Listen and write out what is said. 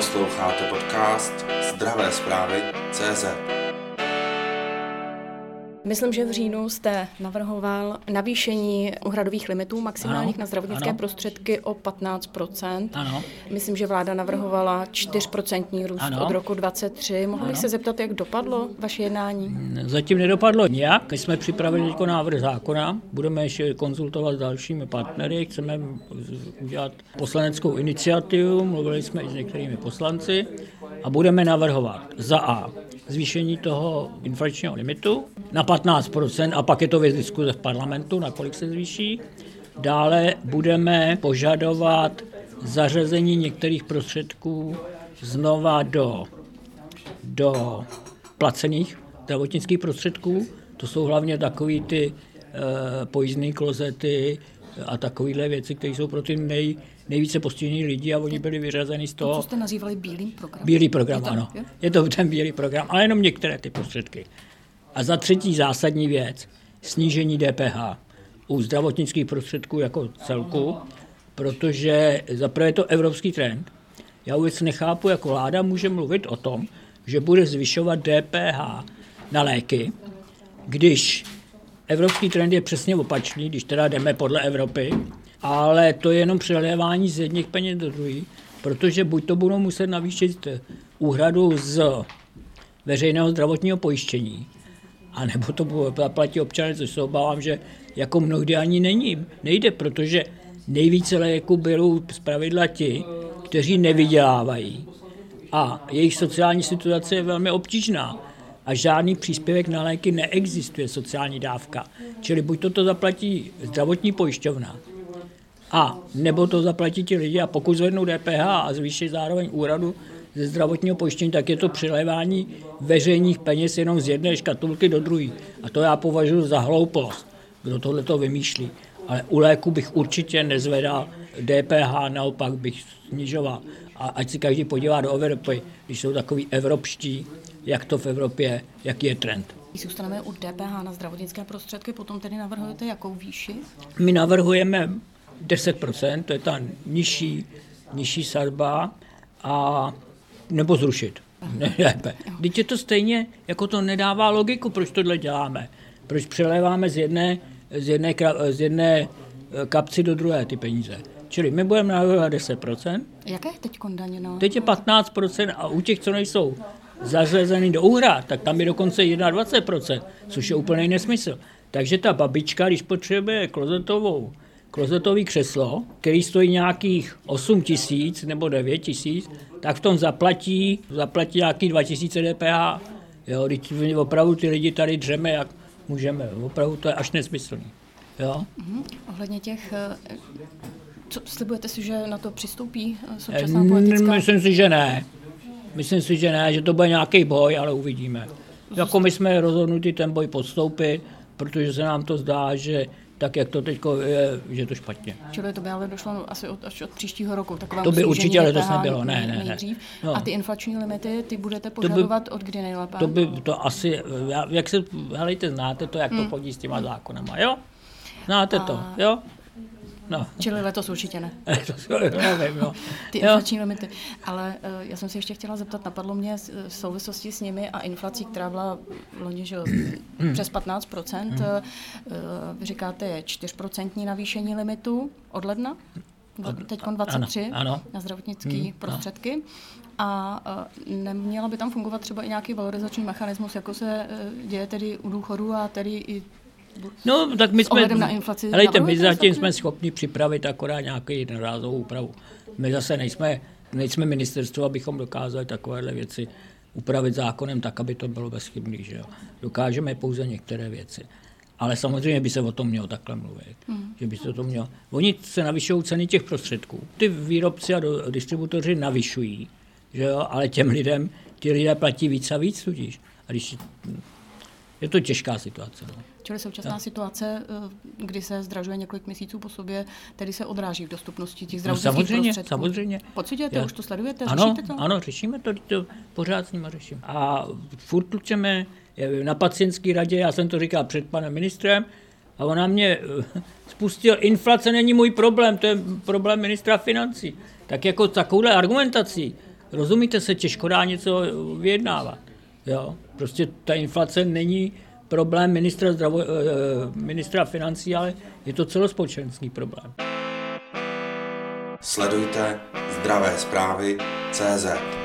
Posloucháte podcast Zdravé zprávy.cz. Myslím, že v říjnu jste navrhoval navýšení úhradových limitů maximálních na zdravotnické prostředky o 15%. Ano. Myslím, že vláda navrhovala 4% růst od roku 2023. Mohl bych se zeptat, jak dopadlo vaše jednání? Zatím nedopadlo nijak. My jsme připravili teď návrh zákona, budeme ještě konzultovat s dalšími partnery, chceme udělat poslaneckou iniciativu, mluvili jsme i s některými poslanci a budeme navrhovat za A zvýšení toho inflačního limitu na 15% a pak je to věc diskuze v parlamentu, na kolik se zvýší. Dále budeme požadovat zařazení některých prostředků znova do placených zdravotnických prostředků. To jsou hlavně takový ty pojízdné klozety a takovéhle věci, které jsou pro ty nejvíce postižený lidi a oni byli vyřazeni z toho. To, co jste nazývali bílým programem? Bílý program, ano. Je to ten bílý program, ale jenom některé ty prostředky. A za třetí zásadní věc, snížení DPH u zdravotnických prostředků jako celku, protože zaprvé je to evropský trend. Já vůbec nechápu, jako vláda může mluvit o tom, že bude zvyšovat DPH na léky, když evropský trend je přesně opačný, když teda jdeme podle Evropy, ale to je jenom přelévání z jedných peněz do druhých, protože buď to budou muset navýšit úhradu z veřejného zdravotního pojištění, anebo to zaplatí občané, což se obávám, že jako mnohdy ani nejde, protože nejvíce léků berou zpravidla ti, kteří nevydělávají a jejich sociální situace je velmi obtížná a žádný příspěvek na léky neexistuje, sociální dávka. Čili buď to zaplatí zdravotní pojišťovna, a nebo to zaplatí ti lidi a pokud zvednou DPH a zvýší zároveň úhradu ze zdravotního pojištění, tak je to přilévání veřejných peněz jenom z jedné škatulky do druhé. A to já považuji za hloupost, kdo tohleto vymýšlí. Ale u léku bych určitě nezvedal DPH, naopak bych snižoval. A ať si každý podívá do Evropy, když jsou takový evropští, jak to v Evropě, jaký je trend. Když zůstaneme u DPH na zdravotnické prostředky, potom tedy navrhujete jakou výši? My navrhujeme 10%, to je ta nižší sazba, a nebo zrušit. Nejlépe. Vždyť je to stejně, jako to nedává logiku, proč tohle děláme. Proč přeléváme z jedné kapsy do druhé ty peníze. Čili my budeme navrhovat 10%. Jaké je teď daně? Teď je 15% a u těch, co nejsou zařazeny do úhrad, tak tam je dokonce 21%, což je úplný nesmysl. Takže ta babička, když potřebuje klozetový křeslo, který stojí nějakých 8 000 nebo 9 000, tak v tom zaplatí nějaký 2 000 DPH. Jo, když opravdu ty lidi tady dřeme, jak můžeme. Opravdu to je až nesmyslný. Jo? Ohledně těch, co slibujete si, že na to přistoupí současná politická? Myslím si, že ne, že to bude nějaký boj, ale uvidíme. Jako my jsme rozhodnutí ten boj podstoupit, protože se nám to zdá, že tak, jak to teď je, že je to špatně. Čili to by ale došlo asi až od příštího roku. To by určitě letos nebylo, ne. No. A ty inflační limity, ty budete požadovat od kdy nejlépe? To asi, jak se, helejte, znáte to, jak to chodí s těma zákonama, jo? Znáte to, jo? No. Čili letos určitě ne. Nevím, jo. Ty inflační limity. Ale já jsem se ještě chtěla zeptat, napadlo mě v souvislosti s nimi a inflací, která byla loni přes 15%. Vy říkáte, je 4% navýšení limitu od ledna, teď 23 ano. Na zdravotnické prostředky. A neměla by tam fungovat třeba i nějaký valorizační mechanismus, jako se děje tedy u důchodu a tedy i tak my jsme, na inflaci. My zatím jsme schopni připravit akorát nějakou jednorázovou úpravu. My zase nejsme ministerstvo, abychom dokázali takovéhle věci upravit zákonem tak, aby to bylo bezchybný. Že jo? Dokážeme pouze některé věci. Ale samozřejmě by se o tom mělo takhle mluvit. Že by se to mělo. Oni se navyšují ceny těch prostředků. Ty výrobci a distributoři navyšují, že jo? Ale ti lidé platí víc a víc tudíž. A když je to těžká situace. No. Čili současná situace, kdy se zdražuje několik měsíců po sobě, tedy se odráží v dostupnosti těch zdravotnických prostředků. Samozřejmě. Pocitujete, už to sledujete, řešíte to? Ano, řešíme to pořád s nimi řešíme. A furt tlučeme na pacientské radě, já jsem to říkal před panem ministrem, a ona mě spustil, inflace není můj problém, to je problém ministra financí. Tak jako takovouhle argumentací Rozumíte se, těžko dá něco vyjednávat. Jo? Prostě ta inflace není problém ministra financí, ale je to celospolečenský problém. Sledujte Zdravé zprávy.cz